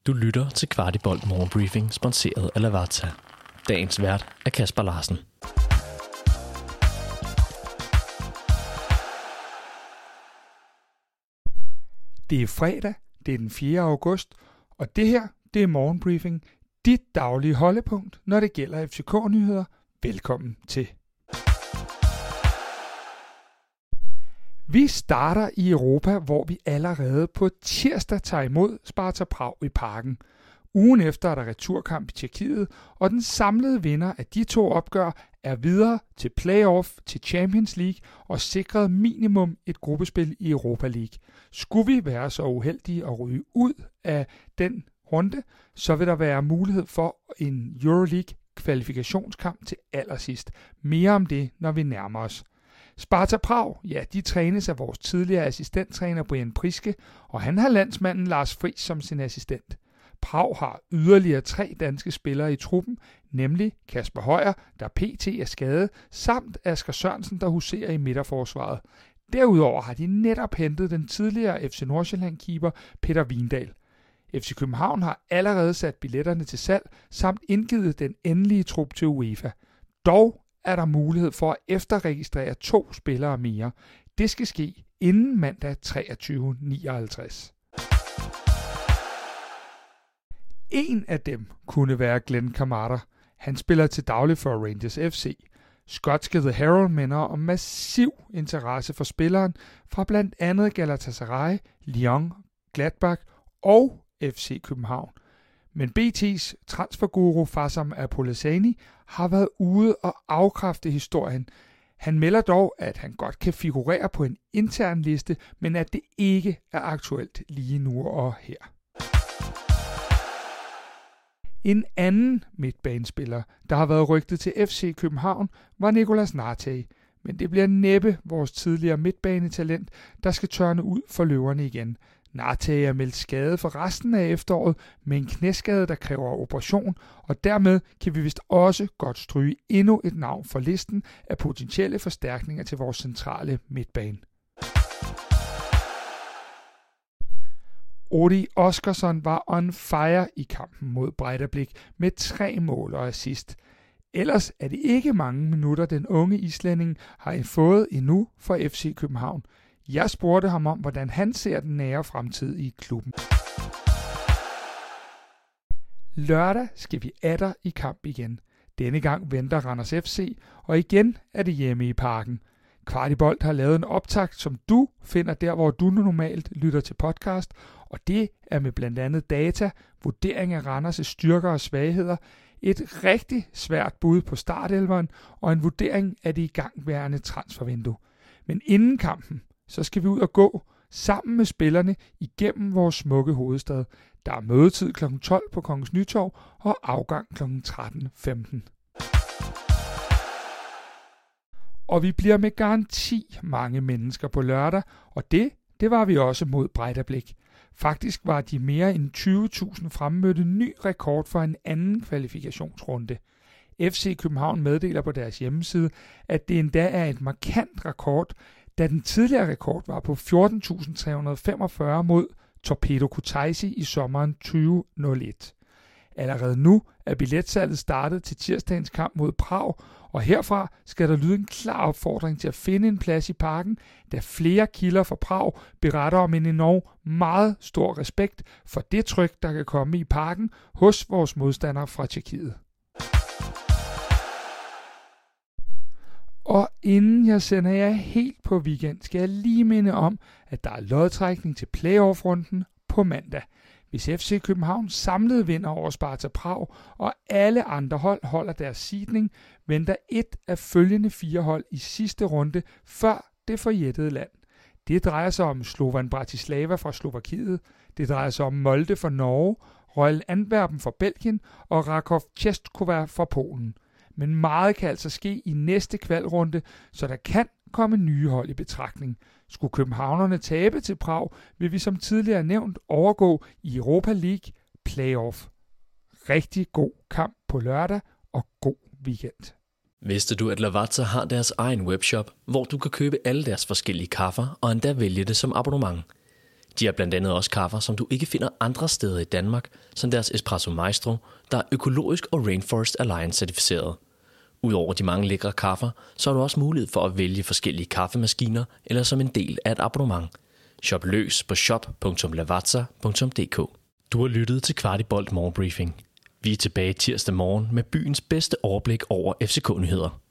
Du lytter til Kvartibolt Morgenbriefing, sponsoreret af Lavazza. Dagens vært er Kasper Larsen. Det er fredag, det er den 4. august, og det her, det er Morgenbriefing, dit daglige holdepunkt, når det gælder FCK-nyheder. Velkommen til. Vi starter i Europa, hvor vi allerede på tirsdag tager imod Sparta Prag i Parken. Ugen efter er der returkamp i Tjekkiet, og den samlede vinder af de to opgør er videre til playoff til Champions League og sikret minimum et gruppespil i Europa League. Skulle vi være så uheldige at ryge ud af den runde, så vil der være mulighed for en Euroleague kvalifikationskamp til allersidst. Mere om det, når vi nærmer os. Sparta Prag, ja, de trænes af vores tidligere assistenttræner Brian Priske, og han har landsmanden Lars Friis som sin assistent. Prag har yderligere 3 danske spillere i truppen, nemlig Kasper Højer, der pt. Er skadet, samt Asger Sørensen, der huserer i midterforsvaret. Derudover har de netop hentet den tidligere FC Nordsjælland-keeper Peter Vindal. FC København har allerede sat billetterne til salg, samt indgivet den endelige trup til UEFA. Dog er der mulighed for at efterregistrere 2 spillere mere. Det skal ske inden mandag 23.59. En af dem kunne være Glenn Kamara. Han spiller til daglig for Rangers FC. Skotske The Herald minder om massiv interesse for spilleren fra blandt andet Galatasaray, Lyon, Gladbach og FC København. Men BT's transferguru Fassam Apolesani har været ude og afkræfte historien. Han melder dog, at han godt kan figurere på en intern liste, men at det ikke er aktuelt lige nu og her. En anden midtbanespiller, der har været rygtet til FC København, var Nicolas Nartey. Men det bliver næppe vores tidligere midtbanetalent, der skal tørne ud for løverne igen. Nartey er meldt skade for resten af efteråret med en knæskade, der kræver operation, og dermed kan vi vist også godt stryge endnu et navn for listen af potentielle forstærkninger til vores centrale midtbane. Odi Oskarsson var on fire i kampen mod Breiðablik med 3 mål og assist. Ellers er det ikke mange minutter, den unge islænding har fået endnu for FC København. Jeg spurgte ham om, hvordan han ser den nære fremtid i klubben. Lørdag skal vi atter i kamp igen. Denne gang venter Randers FC, og igen er det hjemme i Parken. Kvartibolt har lavet en optakt, som du finder der, hvor du normalt lytter til podcast, og det er med blandt andet data, vurdering af Randers' styrker og svagheder, et rigtig svært bud på startelveren og en vurdering af det igangværende transfervindue. Men inden kampen, så skal vi ud og gå sammen med spillerne igennem vores smukke hovedstad. Der er mødetid kl. 12 på Kongens Nytorv og afgang kl. 13.15. Og vi bliver med garanti mange mennesker på lørdag, og det var vi også mod Breiðablik. Faktisk var de mere end 20.000 fremmødte ny rekord for en anden kvalifikationsrunde. FC København meddeler på deres hjemmeside, at det endda er et markant rekord, da den tidligere rekord var på 14.345 mod Torpedo Kutaisi i sommeren 2001. Allerede nu er billetsalget startet til tirsdagens kamp mod Prag, og herfra skal der lyde en klar opfordring til at finde en plads i Parken, da flere kilder fra Prag beretter om en enorm meget stor respekt for det tryk, der kan komme i Parken hos vores modstandere fra Tjekkiet. Og inden jeg sender jer helt på weekend, skal jeg lige minde om, at der er lodtrækning til playoff-runden på mandag. Hvis FC København samlet vinder over Sparta Prag, og alle andre hold holder deres seedning, venter et af følgende 4 hold i sidste runde før det forjættede land. Det drejer sig om Slovan Bratislava fra Slovakiet, det drejer sig om Molde fra Norge, Royal Antwerpen fra Belgien og Rakov Częstochowa fra Polen. Men meget kan altså ske i næste kvalrunde, så der kan komme nye hold i betragtning. Skulle københavnerne tabe til Prag, vil vi som tidligere nævnt overgå i Europa League Playoff. Rigtig god kamp på lørdag og god weekend. Vidste du, at Lavazza har deres egen webshop, hvor du kan købe alle deres forskellige kaffer og endda vælge det som abonnement? De har blandt andet også kaffer, som du ikke finder andre steder i Danmark, som deres Espresso Maestro, der er økologisk og Rainforest Alliance certificeret. Udover de mange lækre kaffer, så har du også mulighed for at vælge forskellige kaffemaskiner eller som en del af et abonnement. Shop løs på shop.lavazza.dk. Du har lyttet til Kvartibolt Morgenbriefing. Vi er tilbage tirsdag morgen med byens bedste overblik over FCK-nyheder.